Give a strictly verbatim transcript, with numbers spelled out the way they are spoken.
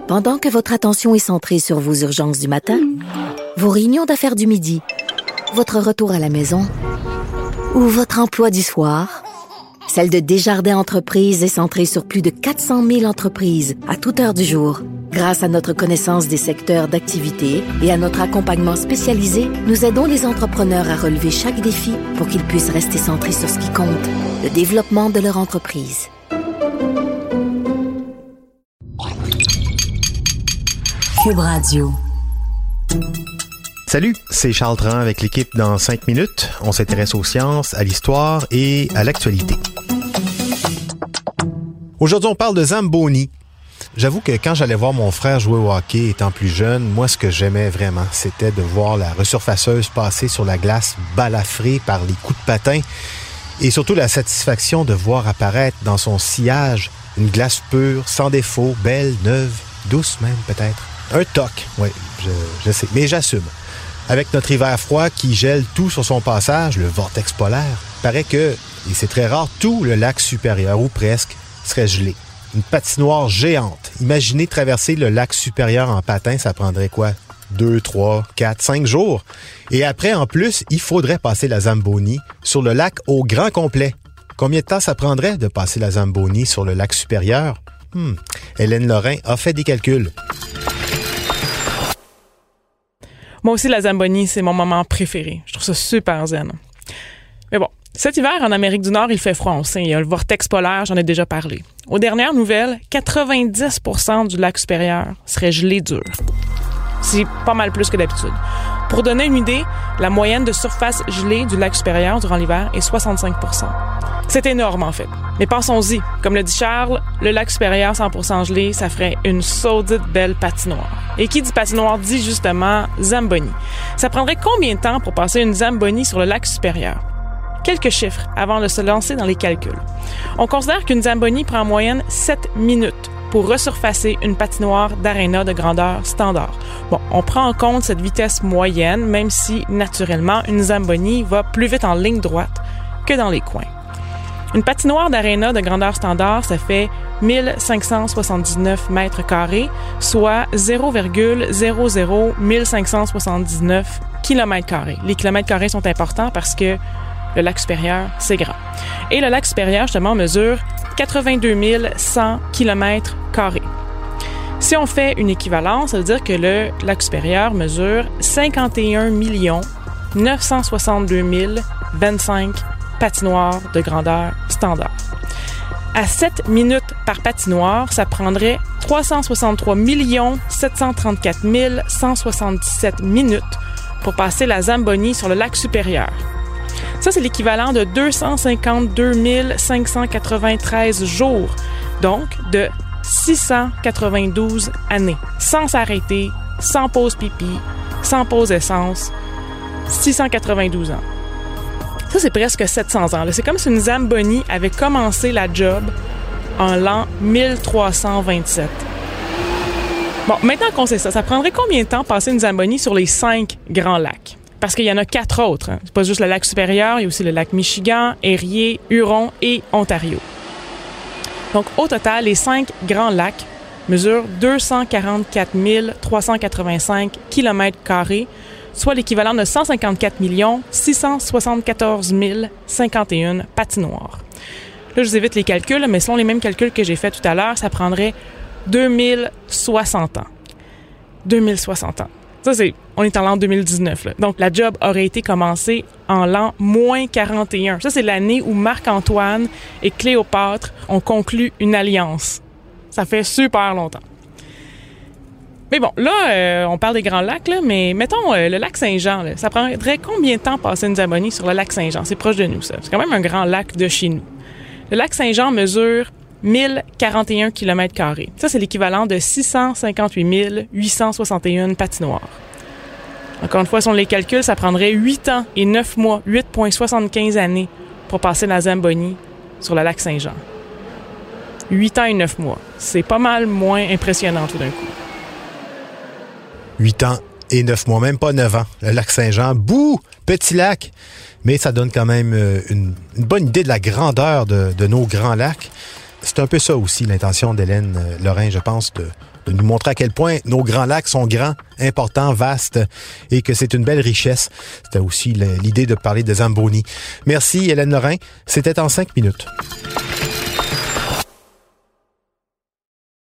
Pendant que votre attention est centrée sur vos urgences du matin, vos réunions d'affaires du midi, votre retour à la maison ou votre emploi du soir, celle de Desjardins Entreprises est centrée sur plus de quatre cent mille entreprises à toute heure du jour. Grâce à notre connaissance des secteurs d'activité et à notre accompagnement spécialisé, nous aidons les entrepreneurs à relever chaque défi pour qu'ils puissent rester centrés sur ce qui compte, le développement de leur entreprise. Cube Radio. Salut, c'est Charles Tran avec l'équipe dans cinq minutes. On s'intéresse aux sciences, à l'histoire et à l'actualité. Aujourd'hui, on parle de Zamboni. J'avoue que quand j'allais voir mon frère jouer au hockey étant plus jeune, moi, ce que j'aimais vraiment, c'était de voir la resurfaceuse passer sur la glace balafrée par les coups de patin et surtout la satisfaction de voir apparaître dans son sillage une glace pure, sans défaut, belle, neuve, douce même peut-être. Un toc, oui, je, je sais, mais j'assume. Avec notre hiver froid qui gèle tout sur son passage, le vortex polaire, paraît que, et c'est très rare, tout le lac supérieur, ou presque, serait gelé. Une patinoire géante. Imaginez traverser le lac supérieur en patin, ça prendrait quoi? Deux, trois, quatre, cinq jours. Et après, en plus, il faudrait passer la Zamboni sur le lac au grand complet. Combien de temps ça prendrait de passer la Zamboni sur le lac supérieur? Hmm. Hélène Lorrain a fait des calculs. Moi aussi, la Zamboni, c'est mon moment préféré. Je trouve ça super zen. Mais bon, cet hiver, en Amérique du Nord, il fait froid, on sait. Il y a le vortex polaire, j'en ai déjà parlé. Aux dernières nouvelles, quatre-vingt-dix pour cent du lac supérieur serait gelé dur. C'est pas mal plus que d'habitude. Pour donner une idée, la moyenne de surface gelée du lac supérieur durant l'hiver est soixante-cinq pour cent. C'est énorme, en fait. Mais pensons-y. Comme le dit Charles, le lac supérieur cent pour cent gelé, ça ferait une saudite belle patinoire. Et qui dit patinoire dit justement Zamboni. Ça prendrait combien de temps pour passer une Zamboni sur le lac supérieur? Quelques chiffres avant de se lancer dans les calculs. On considère qu'une Zamboni prend en moyenne sept minutes pour resurfacer une patinoire d'aréna de grandeur standard. Bon, on prend en compte cette vitesse moyenne, même si, naturellement, une Zamboni va plus vite en ligne droite que dans les coins. Une patinoire d'aréna de grandeur standard, ça fait mille cinq cent soixante-dix-neuf mètres carrés, soit zéro virgule zéro zéro mille cinq cent soixante-dix-neuf kilomètres carrés. Les kilomètres carrés sont importants parce que le lac supérieur, c'est grand. Et le lac supérieur, justement, mesure quatre-vingt-deux mille cent kilomètres carrés. Si on fait une équivalence, ça veut dire que le lac supérieur mesure cinquante et un millions neuf cent soixante-deux mille vingt-cinq patinoires de grandeur standard. À sept minutes par patinoire, ça prendrait trois cent soixante-trois millions sept cent trente-quatre mille cent soixante-dix-sept minutes pour passer la Zamboni sur le lac supérieur. Ça, c'est l'équivalent de deux cent cinquante-deux mille cinq cent quatre-vingt-treize jours, donc de six cent quatre-vingt-douze années, sans s'arrêter, sans pause pipi, sans pause essence, six cent quatre-vingt-douze ans. Ça, c'est presque sept cents ans. Là. C'est comme si une Zamboni avait commencé la job en l'an mille trois cent vingt-sept. Bon, maintenant qu'on sait ça, ça prendrait combien de temps passer une Zamboni sur les cinq grands lacs? Parce qu'il y en a quatre autres. Hein. C'est pas juste le lac supérieur, il y a aussi le lac Michigan, Erie, Huron et Ontario. Donc, au total, les cinq grands lacs mesurent deux cent quarante-quatre mille trois cent quatre-vingt-cinq kilomètres carrés, soit l'équivalent de cent cinquante-quatre millions six cent soixante-quatorze mille cinquante et un patinoires. Là, je vous évite les calculs, mais selon les mêmes calculs que j'ai faits tout à l'heure, ça prendrait deux mille soixante ans. deux mille soixante ans. Ça, c'est, on est en l'an deux mille dix-neuf. Là. Donc, la job aurait été commencée en l'an moins quarante et un. Ça, c'est l'année où Marc-Antoine et Cléopâtre ont conclu une alliance. Ça fait super longtemps. Mais bon, là, euh, on parle des grands lacs, là, mais mettons euh, le lac Saint-Jean. Là, ça prendrait combien de temps passer une Zamboni sur le lac Saint-Jean? C'est proche de nous, ça. C'est quand même un grand lac de chez nous. Le lac Saint-Jean mesure mille quarante et un kilomètres carrés. Ça, c'est l'équivalent de six cent cinquante-huit mille huit cent soixante et un patinoires. Encore une fois, si on les calcule, ça prendrait huit ans et neuf mois, huit virgule soixante-quinze années pour passer la Zamboni sur le lac Saint-Jean. huit ans et neuf mois. C'est pas mal moins impressionnant tout d'un coup. huit ans et neuf mois, même pas neuf ans. Le lac Saint-Jean, bouh! Petit lac! Mais ça donne quand même une, une bonne idée de la grandeur de, de nos grands lacs. C'est un peu ça aussi, l'intention d'Hélène Lorrain, je pense, de, de nous montrer à quel point nos grands lacs sont grands, importants, vastes et que c'est une belle richesse. C'était aussi l'idée de parler de Zamboni. Merci Hélène Lorrain. C'était en cinq minutes.